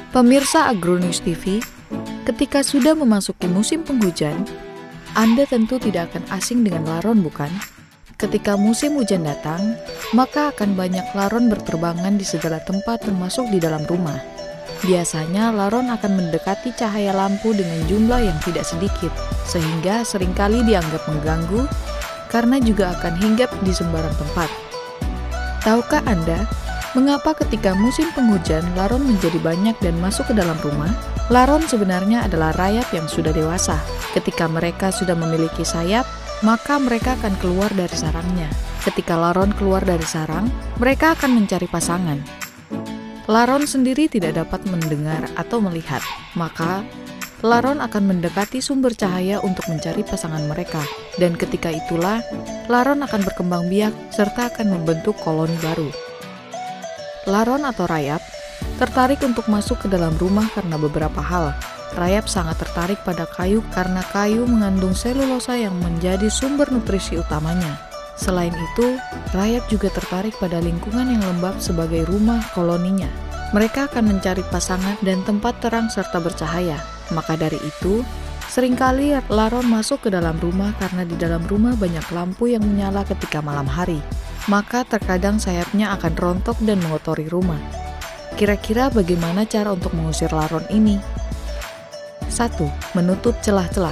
Pemirsa Agronews TV, ketika sudah memasuki musim penghujan, Anda tentu tidak akan asing dengan laron, bukan? Ketika musim hujan datang, maka akan banyak laron berterbangan di segala tempat termasuk di dalam rumah. Biasanya laron akan mendekati cahaya lampu dengan jumlah yang tidak sedikit, sehingga seringkali dianggap mengganggu karena juga akan hinggap di sembarang tempat. Tahukah Anda, mengapa ketika musim penghujan laron menjadi banyak dan masuk ke dalam rumah? Laron sebenarnya adalah rayap yang sudah dewasa. Ketika mereka sudah memiliki sayap, maka mereka akan keluar dari sarangnya. Ketika laron keluar dari sarang, mereka akan mencari pasangan. Laron sendiri tidak dapat mendengar atau melihat, maka laron akan mendekati sumber cahaya untuk mencari pasangan mereka. Dan ketika itulah, laron akan berkembang biak serta akan membentuk koloni baru. Laron atau rayap tertarik untuk masuk ke dalam rumah karena beberapa hal. Rayap sangat tertarik pada kayu karena kayu mengandung selulosa yang menjadi sumber nutrisi utamanya. Selain itu, rayap juga tertarik pada lingkungan yang lembab sebagai rumah koloninya. Mereka akan mencari pasangan dan tempat terang serta bercahaya. Maka dari itu, seringkali laron masuk ke dalam rumah karena di dalam rumah banyak lampu yang menyala ketika malam hari. Maka terkadang sayapnya akan rontok dan mengotori rumah. Kira-kira bagaimana cara untuk mengusir laron ini? 1. Menutup celah-celah.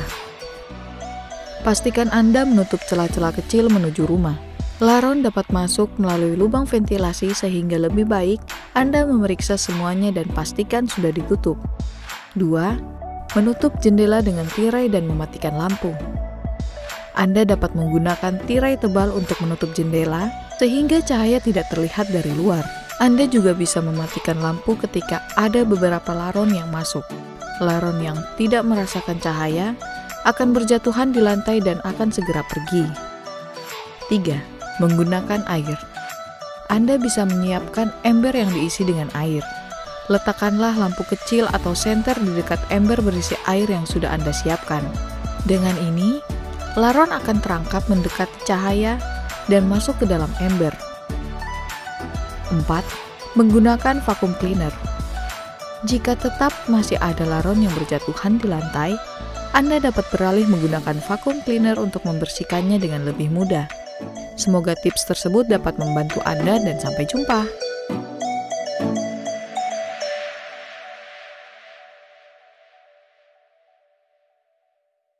Pastikan Anda menutup celah-celah kecil menuju rumah. Laron dapat masuk melalui lubang ventilasi sehingga lebih baik Anda memeriksa semuanya dan pastikan sudah ditutup. 2. Menutup jendela dengan tirai dan mematikan lampu. Anda dapat menggunakan tirai tebal untuk menutup jendela sehingga cahaya tidak terlihat dari luar. Anda juga bisa mematikan lampu ketika ada beberapa laron yang masuk. Laron yang tidak merasakan cahaya akan berjatuhan di lantai dan akan segera pergi. 3. Menggunakan air. Anda bisa menyiapkan ember yang diisi dengan air. Letakkanlah lampu kecil atau senter di dekat ember berisi air yang sudah Anda siapkan. Dengan ini, laron akan terangkap mendekati cahaya dan masuk ke dalam ember. 4. Menggunakan vacuum cleaner. Jika tetap masih ada laron yang berjatuhan di lantai, Anda dapat beralih menggunakan vacuum cleaner untuk membersihkannya dengan lebih mudah. Semoga tips tersebut dapat membantu Anda dan sampai jumpa.